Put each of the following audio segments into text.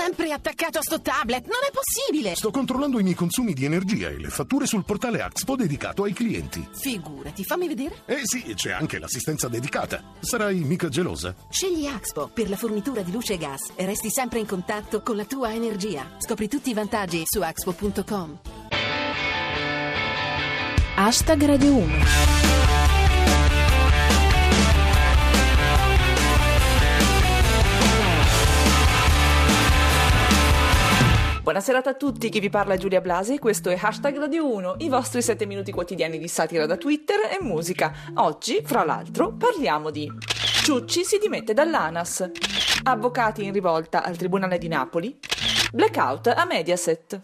sempre attaccato a sto tablet, non è possibile! Sto controllando i miei consumi di energia e le fatture sul portale Axpo dedicato ai clienti. Figurati, fammi vedere. Sì, c'è anche l'assistenza dedicata. Sarai mica gelosa? Scegli Axpo per la fornitura di luce e gas e resti sempre in contatto con la tua energia. Scopri tutti i vantaggi su Axpo.com. #Radio 1. Buonasera a tutti, chi vi parla è Giulia Blasi, questo è #Radio 1, i vostri 7 minuti quotidiani di satira da Twitter e musica. Oggi, fra l'altro, parliamo di Ciucci si dimette dall'ANAS, avvocati in rivolta al Tribunale di Napoli, blackout a Mediaset.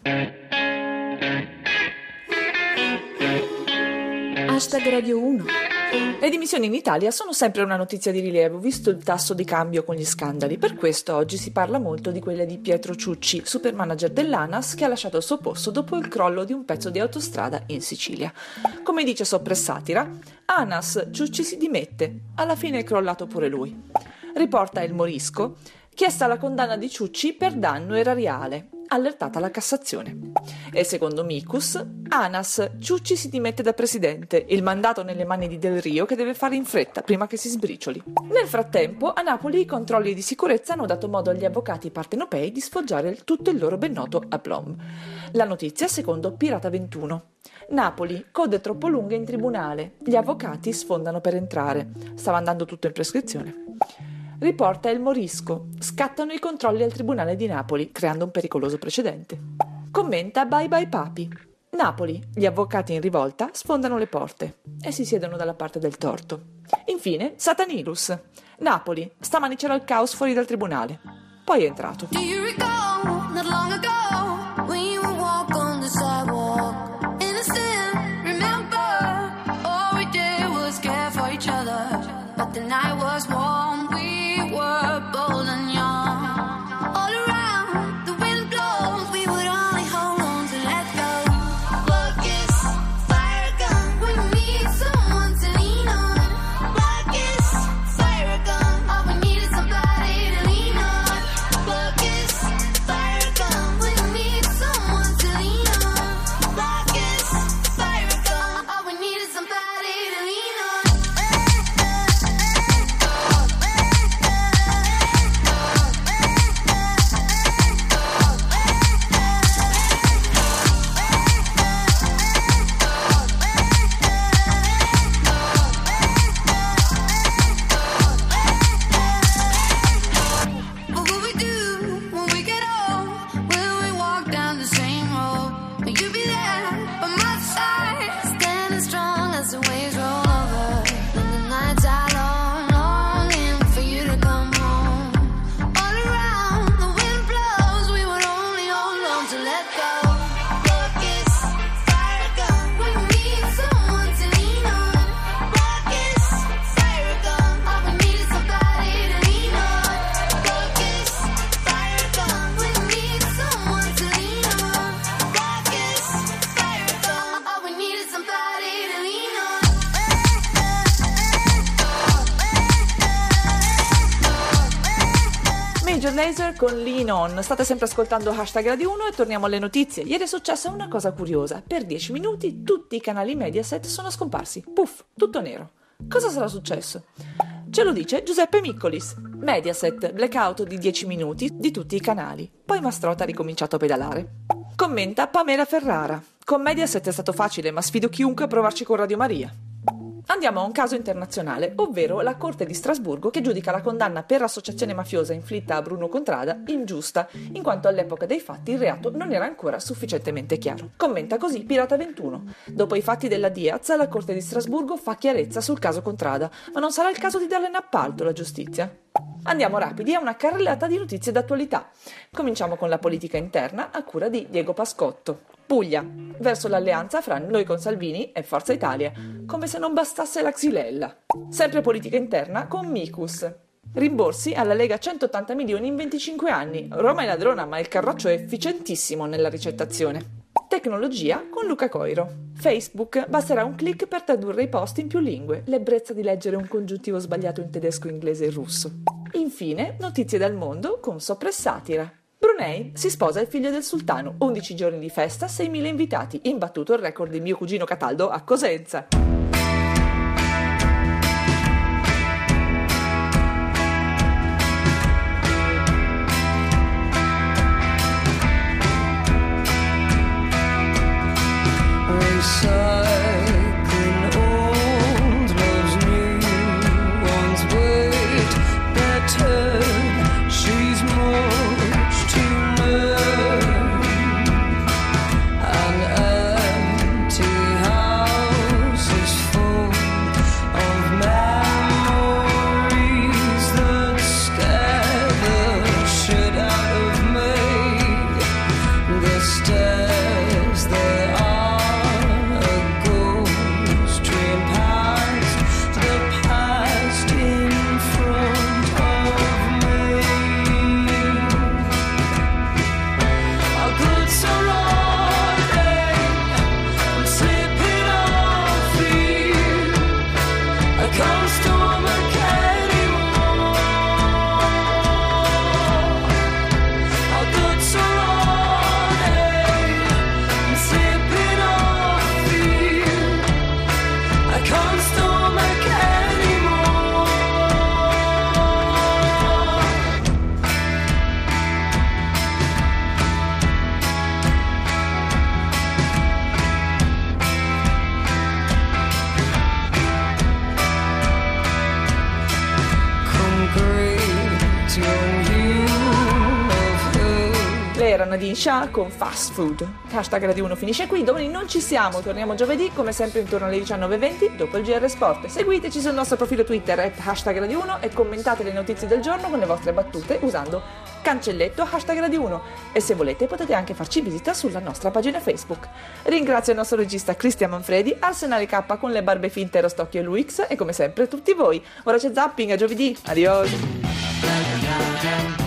#Radio 1. Le dimissioni in Italia sono sempre una notizia di rilievo, visto il tasso di cambio con gli scandali. Per questo oggi si parla molto di quella di Pietro Ciucci, supermanager dell'ANAS, che ha lasciato il suo posto dopo il crollo di un pezzo di autostrada in Sicilia. Come dice Soppressatira, ANAS, Ciucci si dimette, alla fine è crollato pure lui. Riporta Il Morisco, chiesta la condanna di Ciucci per danno erariale, allertata la Cassazione. E secondo Micus, ANAS, Ciucci si dimette da presidente, il mandato nelle mani di Del Rio che deve fare in fretta prima che si sbricioli. Nel frattempo, a Napoli i controlli di sicurezza hanno dato modo agli avvocati partenopei di sfoggiare tutto il loro ben noto aplomb. La notizia secondo Pirata 21. Napoli, code troppo lunghe in tribunale, gli avvocati sfondano per entrare. Stava andando tutto in prescrizione. Riporta Il Morisco, scattano i controlli al Tribunale di Napoli, creando un pericoloso precedente. Commenta Bye Bye Papi. Napoli, gli avvocati in rivolta sfondano le porte e si siedono dalla parte del torto. Infine, Satanilus. Napoli, stamani c'era il caos fuori dal tribunale. Poi è entrato. Do you recall, not long ago, when you would walk on the sidewalk? Innocent, remember, all we did was care for each other, but the night was warm, we were bold and young. All around, the wind blows, we would only hold on to let go. Focus, fire gun, we need someone to lean on. Focus, fire gun, all we need is somebody to lean on. Focus, fire gun, we need someone to lean on. Focus, fire gun, all we need is somebody to lean on. What will we do when we get old? Will we walk down the same road? Will you be there by my side, standing strong as the waves roll over? And the nights are long, longing for you to come home. All around, the wind blows, we would only hold on to let go. Focus, fire gun, we need someone to lean on. Focus, fire gun, all we need is somebody to lean on. Focus, fire gun, we need someone to lean on. Focus, fire gun, all we need is somebody to lean on. Major Lazer con Lean On. State sempre ascoltando #Radio 1 e torniamo alle notizie. Ieri è successa una cosa curiosa. Per 10 minuti tutti i canali Mediaset sono scomparsi. Puff, tutto nero. Cosa sarà successo? Ce lo dice Giuseppe Miccolis. Mediaset, blackout di 10 minuti di tutti i canali. Poi Mastrota ha ricominciato a pedalare. Commenta Pamela Ferrara. Con Mediaset è stato facile, ma sfido chiunque a provarci con Radio Maria. Andiamo a un caso internazionale, ovvero la Corte di Strasburgo che giudica la condanna per associazione mafiosa inflitta a Bruno Contrada ingiusta, in quanto all'epoca dei fatti il reato non era ancora sufficientemente chiaro. Commenta così Pirata 21. Dopo i fatti della Diaz, la Corte di Strasburgo fa chiarezza sul caso Contrada, ma non sarà il caso di darle in appalto la giustizia? Andiamo rapidi a una carrellata di notizie d'attualità. Cominciamo con la politica interna a cura di Diego Pascotto. Puglia, verso l'alleanza fra noi con Salvini e Forza Italia, come se non bastasse la xylella. Sempre politica interna con Micus. Rimborsi alla Lega 180 milioni in 25 anni. Roma è ladrona, ma il Carroccio è efficientissimo nella ricettazione. Tecnologia con Luca Coiro. Facebook, basterà un click per tradurre i post in più lingue. L'ebbrezza di leggere un congiuntivo sbagliato in tedesco, inglese e russo. Infine, notizie dal mondo con Soppressatira. Brunei si sposa il figlio del sultano, 11 giorni di festa, 6.000 invitati, imbattuto il record di mio cugino Cataldo a Cosenza. Recycling old love's new, one's wait better, she's much to learn. An empty house is full of memories that scare the shit out of me. The stairs they are Era Nadine Shah con Fast Food. Hashtag Radio 1 finisce qui, domani non ci siamo, torniamo giovedì come sempre intorno alle 19:20 dopo il GR Sport. Seguiteci sul nostro profilo Twitter @hashtag Radio 1 e commentate le notizie del giorno con le vostre battute usando cancelletto hashtag Radio 1 e se volete potete anche farci visita sulla nostra pagina Facebook. Ringrazio il nostro regista Cristian Manfredi, Arsenale K con le barbe finte Rostocchio e Luix e come sempre tutti voi. Ora c'è zapping, a giovedì, adios!